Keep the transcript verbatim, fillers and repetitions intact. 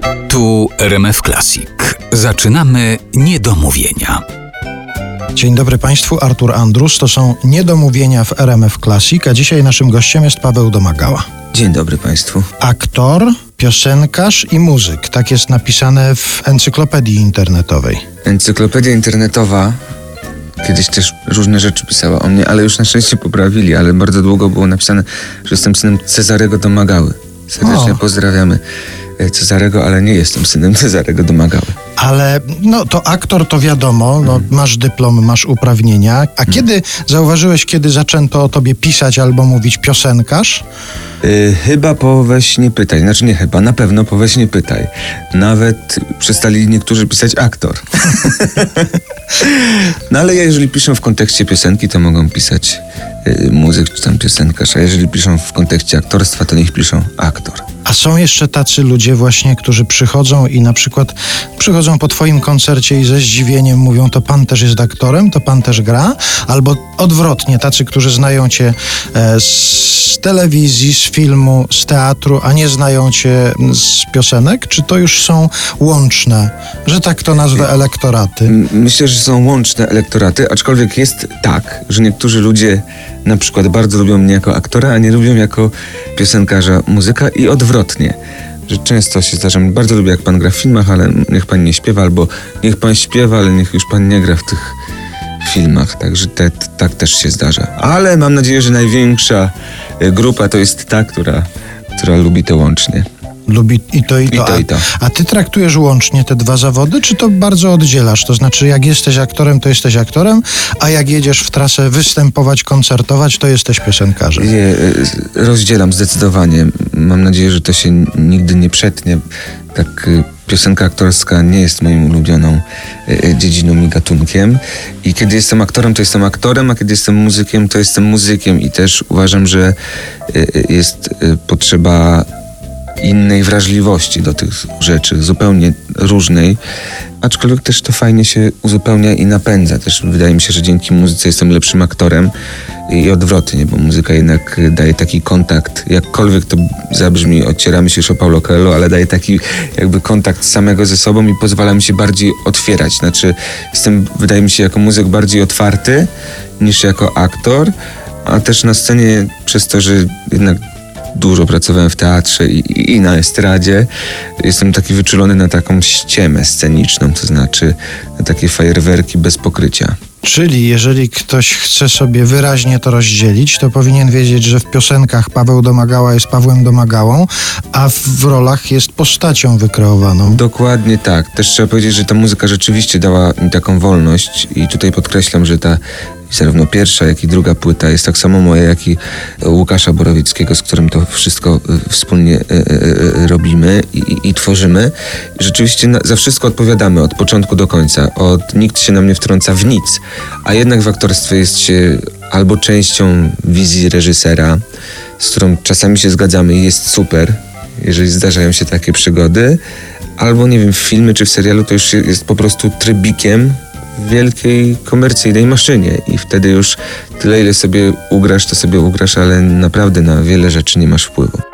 Tu R M F Classic. Zaczynamy niedomówienia. Dzień dobry Państwu, Artur Andrus. To są niedomówienia w R M F Classic, a dzisiaj naszym gościem jest Paweł Domagała. Dzień dobry Państwu. Aktor, piosenkarz i muzyk. Tak jest napisane w encyklopedii internetowej. Encyklopedia internetowa kiedyś też różne rzeczy pisała o mnie, ale już na szczęście poprawili, ale bardzo długo było napisane, że jestem synem Cezarego Domagały. Serdecznie O. pozdrawiamy Cezarego, ale nie jestem synem Cezarego Domagały. Ale no to aktor to wiadomo, no, masz dyplom, masz uprawnienia. A kiedy zauważyłeś, kiedy zaczęto o tobie pisać albo mówić piosenkarz? Yy, chyba po Weź nie pytaj, znaczy nie chyba, na pewno po Weź nie pytaj. Nawet przestali niektórzy pisać aktor. No ale jeżeli piszą w kontekście piosenki, to mogą pisać yy, muzyk czy tam piosenkarz, a jeżeli piszą w kontekście aktorstwa, to niech piszą aktor. A są jeszcze tacy ludzie właśnie, którzy przychodzą i na przykład przychodzą po twoim koncercie i ze zdziwieniem mówią, to pan też jest aktorem, to pan też gra? Albo odwrotnie, tacy, którzy znają cię e, z telewizji, z filmu, z teatru, a nie znają cię z piosenek? Czy to już są łączne, że tak to nazwę, elektoraty? M- Myślę, że są łączne elektoraty, aczkolwiek jest tak, że niektórzy ludzie na przykład bardzo lubią mnie jako aktora, a nie lubią jako piosenkarza, muzyka i odwrotnie. Że często się zdarza, bardzo lubię jak pan gra w filmach, ale niech pan nie śpiewa, albo niech pan śpiewa, ale niech już pan nie gra w tych filmach. Także te, tak też się zdarza. Ale mam nadzieję, że największa grupa to jest ta, która, która lubi to łącznie. Lubi i to, i to. I to, i to. A, a ty traktujesz łącznie te dwa zawody, czy to bardzo oddzielasz? To znaczy, jak jesteś aktorem, to jesteś aktorem, a jak jedziesz w trasę występować, koncertować, to jesteś piosenkarzem. Je, rozdzielam zdecydowanie. Mam nadzieję, że to się nigdy nie przetnie. Tak, piosenka aktorska nie jest moją ulubioną dziedziną i gatunkiem. I kiedy jestem aktorem, to jestem aktorem, a kiedy jestem muzykiem, to jestem muzykiem. I też uważam, że jest potrzeba innej wrażliwości do tych rzeczy, zupełnie różnej, aczkolwiek też to fajnie się uzupełnia i napędza. Też wydaje mi się, że dzięki muzyce jestem lepszym aktorem i odwrotnie, bo muzyka jednak daje taki kontakt, jakkolwiek to zabrzmi, odcieramy się już o Paulo Coelho, ale daje taki jakby kontakt samego ze sobą i pozwala mi się bardziej otwierać. Znaczy jestem, wydaje mi się, jako muzyk bardziej otwarty niż jako aktor, a też na scenie przez to, że jednak dużo pracowałem w teatrze i, i na estradzie. Jestem taki wyczulony na taką ściemę sceniczną, to znaczy na takie fajerwerki bez pokrycia. Czyli jeżeli ktoś chce sobie wyraźnie to rozdzielić, to powinien wiedzieć, że w piosenkach Paweł Domagała jest Pawłem Domagałą, a w rolach jest postacią wykreowaną. Dokładnie tak. Też trzeba powiedzieć, że ta muzyka rzeczywiście dała mi taką wolność i tutaj podkreślam, że ta zarówno pierwsza, jak i druga płyta jest tak samo moja, jak i Łukasza Borowieckiego, z którym to wszystko wspólnie robimy i, i, i tworzymy. Rzeczywiście na, za wszystko odpowiadamy od początku do końca. Od, nikt się nam nie wtrąca w nic, a jednak w aktorstwie jest się albo częścią wizji reżysera, z którą czasami się zgadzamy i jest super, jeżeli zdarzają się takie przygody, albo nie wiem, w filmie czy w serialu to już jest po prostu trybikiem w wielkiej komercyjnej maszynie i wtedy już tyle, ile sobie ugrasz, to sobie ugrasz, ale naprawdę na wiele rzeczy nie masz wpływu.